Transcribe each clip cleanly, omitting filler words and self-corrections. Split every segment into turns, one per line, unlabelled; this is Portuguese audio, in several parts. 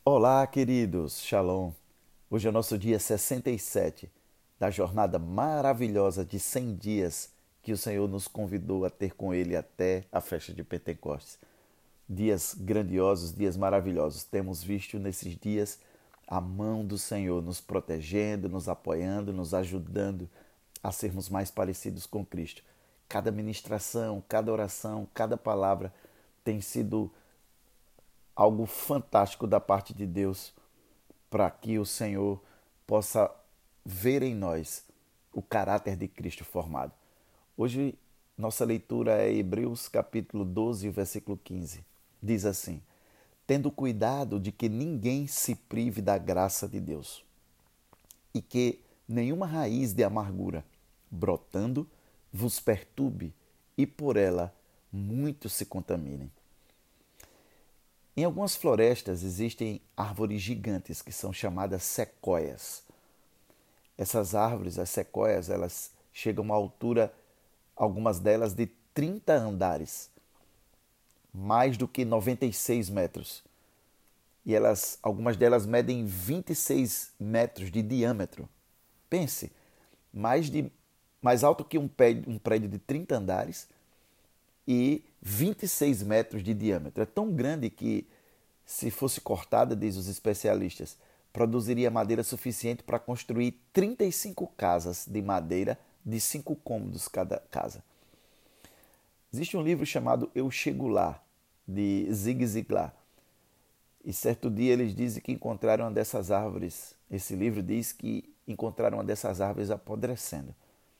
Olá, queridos, Shalom. Hoje é o nosso dia 67 da jornada maravilhosa de 100 dias que o Senhor nos convidou a ter com Ele até a festa de Pentecostes. Dias grandiosos, dias maravilhosos. Temos visto nesses dias a mão do Senhor nos protegendo, nos apoiando, nos ajudando a sermos mais parecidos com Cristo. Cada ministração, cada oração, cada palavra tem sido algo fantástico da parte de Deus para que o Senhor possa ver em nós o caráter de Cristo formado. Hoje, nossa leitura é Hebreus capítulo 12, versículo 15. Diz assim: tendo cuidado de que ninguém se prive da graça de Deus e que nenhuma raiz de amargura, brotando, vos perturbe e por ela muitos se contaminem. Em algumas florestas existem árvores gigantes que são chamadas sequoias. Essas árvores, as sequoias, elas chegam a uma altura, algumas delas de 30 andares, mais do que 96 metros. E algumas delas medem 26 metros de diâmetro. Pense, mais alto que um prédio de 30 andares e 26 metros de diâmetro. É tão grande que, se fosse cortada, diz os especialistas, produziria madeira suficiente para construir 35 casas de madeira de 5 cômodos cada casa. Existe um livro chamado Eu Chego Lá, de Zig Ziglar. E certo dia eles dizem que encontraram uma dessas árvores. Esse livro diz que encontraram uma dessas árvores apodrecendo.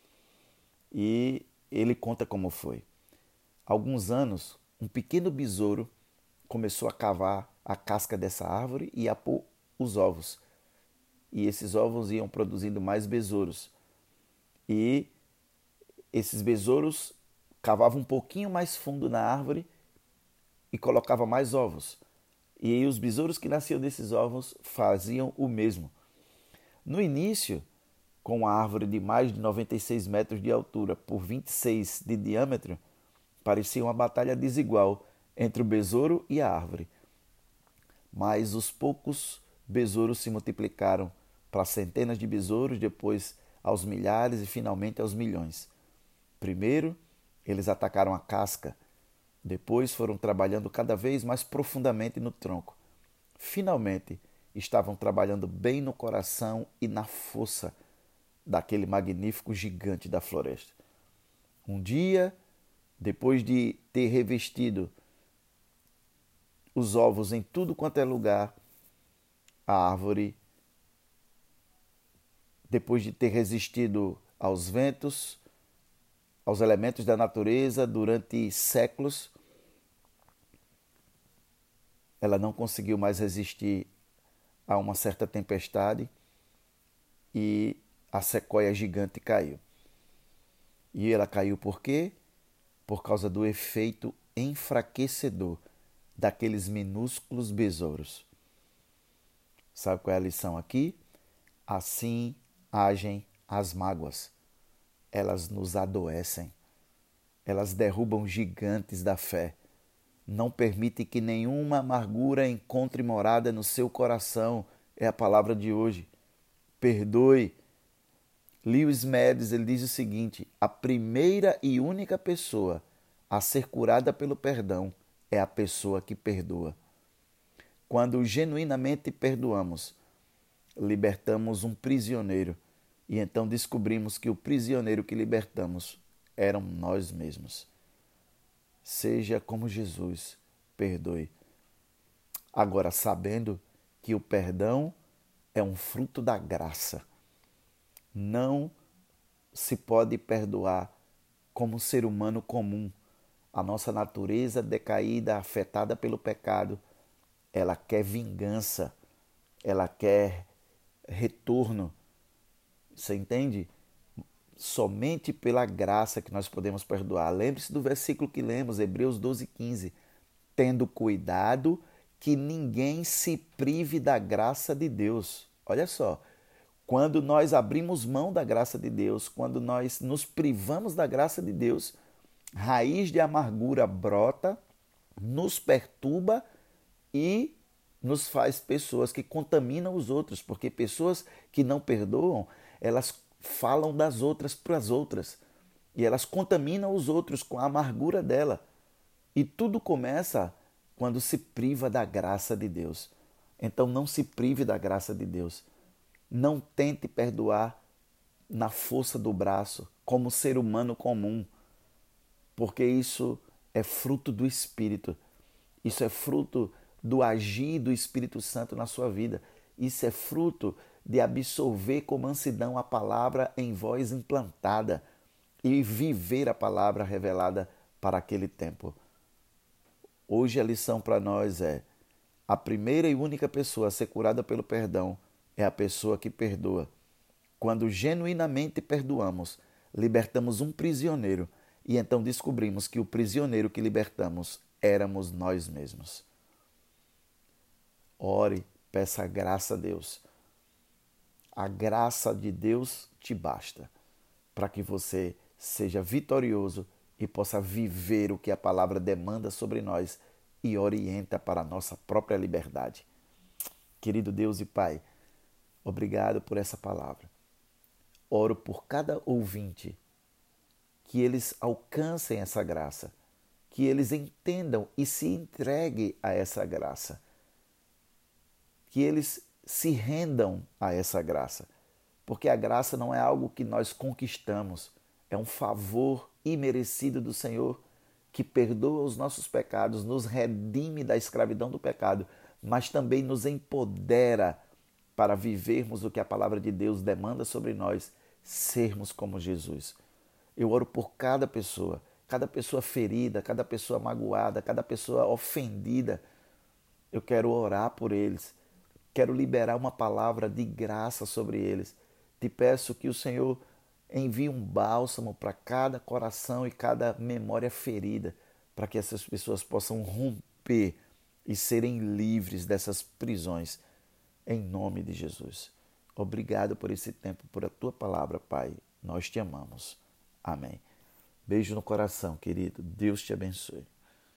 E ele conta como foi. Há alguns anos, um pequeno besouro começou a cavar a casca dessa árvore e a pôr os ovos. E esses ovos iam produzindo mais besouros. E esses besouros cavavam um pouquinho mais fundo na árvore e colocavam mais ovos. E aí os besouros que nasciam desses ovos faziam o mesmo. No início, com uma árvore de mais de 96 metros de altura por 26 de diâmetro, parecia uma batalha desigual entre o besouro e a árvore. Mas os poucos besouros se multiplicaram para centenas de besouros, depois aos milhares e finalmente aos milhões. Primeiro, eles atacaram a casca, depois foram trabalhando cada vez mais profundamente no tronco. Finalmente, estavam trabalhando bem no coração e na força daquele magnífico gigante da floresta. Um dia, depois de ter revestido os ovos em tudo quanto é lugar, a árvore, depois de ter resistido aos ventos, aos elementos da natureza durante séculos, ela não conseguiu mais resistir a uma certa tempestade e a sequoia gigante caiu. E ela caiu por quê? Por causa do efeito enfraquecedor daqueles minúsculos besouros. Sabe qual é a lição aqui? Assim agem as mágoas. Elas nos adoecem. Elas derrubam gigantes da fé. Não permitem que nenhuma amargura encontre morada no seu coração. É a palavra de hoje. Perdoe. Lewis Medes, ele diz o seguinte: a primeira e única pessoa a ser curada pelo perdão é a pessoa que perdoa. Quando genuinamente perdoamos, libertamos um prisioneiro e então descobrimos que o prisioneiro que libertamos eram nós mesmos. Seja como Jesus, perdoe. Agora, sabendo que o perdão é um fruto da graça, não se pode perdoar como um ser humano comum. A nossa natureza decaída, afetada pelo pecado, ela quer vingança, ela quer retorno. Você entende? Somente pela graça que nós podemos perdoar. Lembre-se do versículo que lemos, Hebreus 12, 15. Tendo cuidado que ninguém se prive da graça de Deus. Olha só, quando nós abrimos mão da graça de Deus, quando nós nos privamos da graça de Deus, raiz de amargura brota, nos perturba e nos faz pessoas que contaminam os outros, porque pessoas que não perdoam, elas falam das outras para as outras e elas contaminam os outros com a amargura dela. E tudo começa quando se priva da graça de Deus. Então não se prive da graça de Deus. Não tente perdoar na força do braço, como ser humano comum, porque isso é fruto do Espírito. Isso é fruto do agir do Espírito Santo na sua vida. Isso é fruto de absorver com mansidão a palavra em voz implantada e viver a palavra revelada para aquele tempo. Hoje a lição para nós é: a primeira e única pessoa a ser curada pelo perdão é a pessoa que perdoa. Quando genuinamente perdoamos, libertamos um prisioneiro e então descobrimos que o prisioneiro que libertamos éramos nós mesmos. Ore, peça a graça a Deus. A graça de Deus te basta para que você seja vitorioso e possa viver o que a palavra demanda sobre nós e orienta para a nossa própria liberdade. Querido Deus e Pai, obrigado por essa palavra. Oro por cada ouvinte, que eles alcancem essa graça, que eles entendam e se entreguem a essa graça, que eles se rendam a essa graça, porque a graça não é algo que nós conquistamos, é um favor imerecido do Senhor que perdoa os nossos pecados, nos redime da escravidão do pecado, mas também nos empodera para vivermos o que a palavra de Deus demanda sobre nós, sermos como Jesus. Eu oro por cada pessoa ferida, cada pessoa magoada, cada pessoa ofendida. Eu quero orar por eles, quero liberar uma palavra de graça sobre eles. Te peço que o Senhor envie um bálsamo para cada coração e cada memória ferida, para que essas pessoas possam romper e serem livres dessas prisões, em nome de Jesus. Obrigado por esse tempo, por a tua palavra, Pai. Nós te amamos. Amém. Beijo no coração, querido. Deus te abençoe.